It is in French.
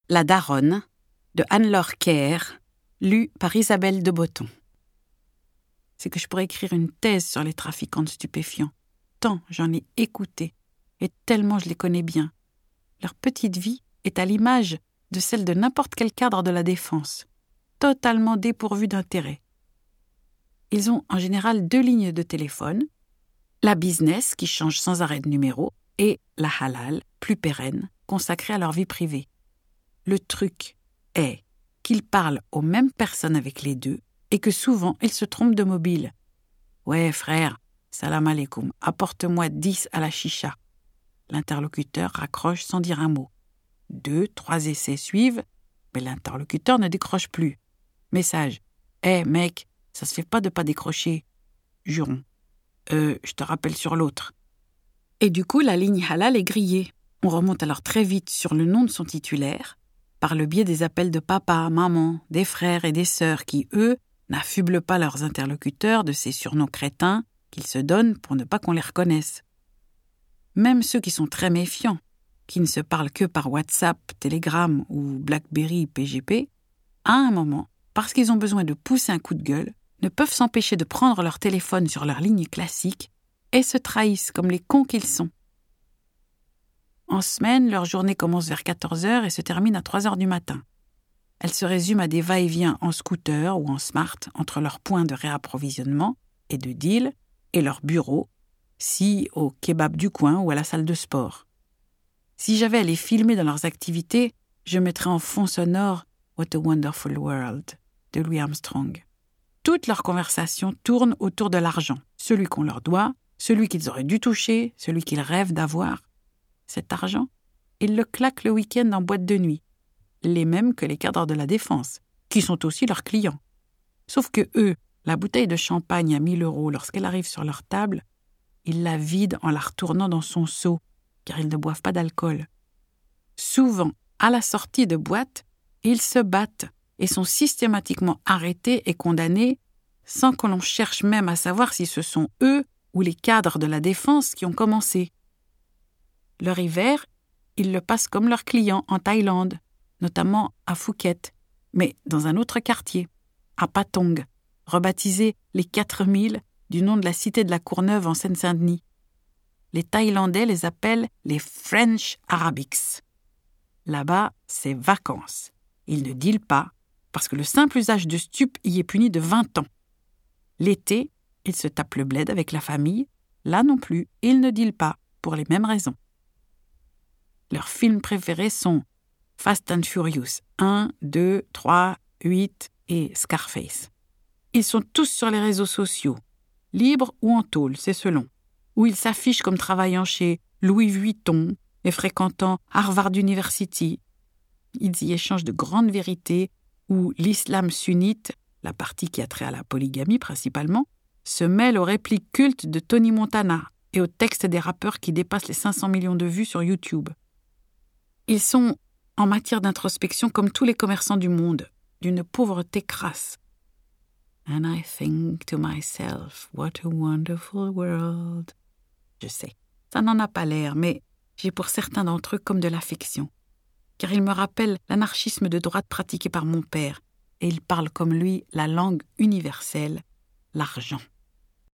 La Daronne de Anne-Laure Kerr, lu par Isabelle de Botton. C'est que je pourrais écrire une thèse sur les trafiquants de stupéfiants. Tant j'en ai écouté, et tellement je les connais bien. Leur petite vie est à l'image de celle de n'importe quel cadre de la défense, totalement dépourvu d'intérêt. Ils ont en général 2 lignes de téléphone, la business qui change sans arrêt de numéro et la halal, plus pérenne, consacrée à leur vie privée. Le truc est qu'ils parlent aux mêmes personnes avec les deux et que souvent ils se trompent de mobile. « Ouais frère, salam alaikum, apporte-moi 10 à la chicha. » L'interlocuteur raccroche sans dire un mot. 2, 3 essais suivent, mais l'interlocuteur ne décroche plus. Message. « Hé mec, ça se fait pas de pas décrocher. » Juron. Je te rappelle sur l'autre. Et du coup, la ligne halal est grillée. On remonte alors très vite sur le nom de son titulaire, par le biais des appels de papa, maman, des frères et des sœurs qui, eux, n'affublent pas leurs interlocuteurs de ces surnoms crétins qu'ils se donnent pour ne pas qu'on les reconnaisse. Même ceux qui sont très méfiants, qui ne se parlent que par WhatsApp, Telegram ou BlackBerry PGP, à un moment, parce qu'ils ont besoin de pousser un coup de gueule, ne peuvent s'empêcher de prendre leur téléphone sur leur ligne classique et se trahissent comme les cons qu'ils sont. En semaine, leur journée commence vers 14h et se termine à 3h du matin. Elle se résume à des va-et-vient en scooter ou en smart entre leurs points de réapprovisionnement et de deal et leur bureau, si au kebab du coin ou à la salle de sport. Si j'avais à les filmer dans leurs activités, je mettrais en fond sonore « What a Wonderful World » de Louis Armstrong. Toutes leurs conversations tournent autour de l'argent, celui qu'on leur doit, celui qu'ils auraient dû toucher, celui qu'ils rêvent d'avoir. Cet argent, ils le claquent le week-end en boîte de nuit, les mêmes que les cadres de la défense, qui sont aussi leurs clients. Sauf que eux, la bouteille de champagne à 1 000 € lorsqu'elle arrive sur leur table, ils la vident en la retournant dans son seau, car ils ne boivent pas d'alcool. Souvent, à la sortie de boîte, ils se battent et sont systématiquement arrêtés et condamnés sans que l'on cherche même à savoir si ce sont eux ou les cadres de la défense qui ont commencé. Leur hiver, ils le passent comme leurs clients en Thaïlande, notamment à Phuket, mais dans un autre quartier, à Patong, rebaptisé les 4000 du nom de la cité de la Courneuve en Seine-Saint-Denis. Les Thaïlandais les appellent les French Arabics. Là-bas, c'est vacances. Ils ne dealent pas, parce que le simple usage de stupes y est puni de 20 ans. L'été, ils se tapent le bled avec la famille. Là non plus, ils ne dealent pas, pour les mêmes raisons. Leurs films préférés sont Fast and Furious 1, 2, 3, 8 et Scarface. Ils sont tous sur les réseaux sociaux, libres ou en tôle, c'est selon, où ils s'affichent comme travaillant chez Louis Vuitton et fréquentant Harvard University. Ils y échangent de grandes vérités où l'islam sunnite, la partie qui a trait à la polygamie principalement, se mêle aux répliques cultes de Tony Montana et aux textes des rappeurs qui dépassent les 500 millions de vues sur YouTube. Ils sont, en matière d'introspection, comme tous les commerçants du monde, d'une pauvreté crasse. And I think to myself, what a wonderful world. Je sais, ça n'en a pas l'air, mais j'ai pour certains d'entre eux comme de l'affection. Car ils me rappellent l'anarchisme de droite pratiqué par mon père, et ils parlent comme lui la langue universelle, l'argent.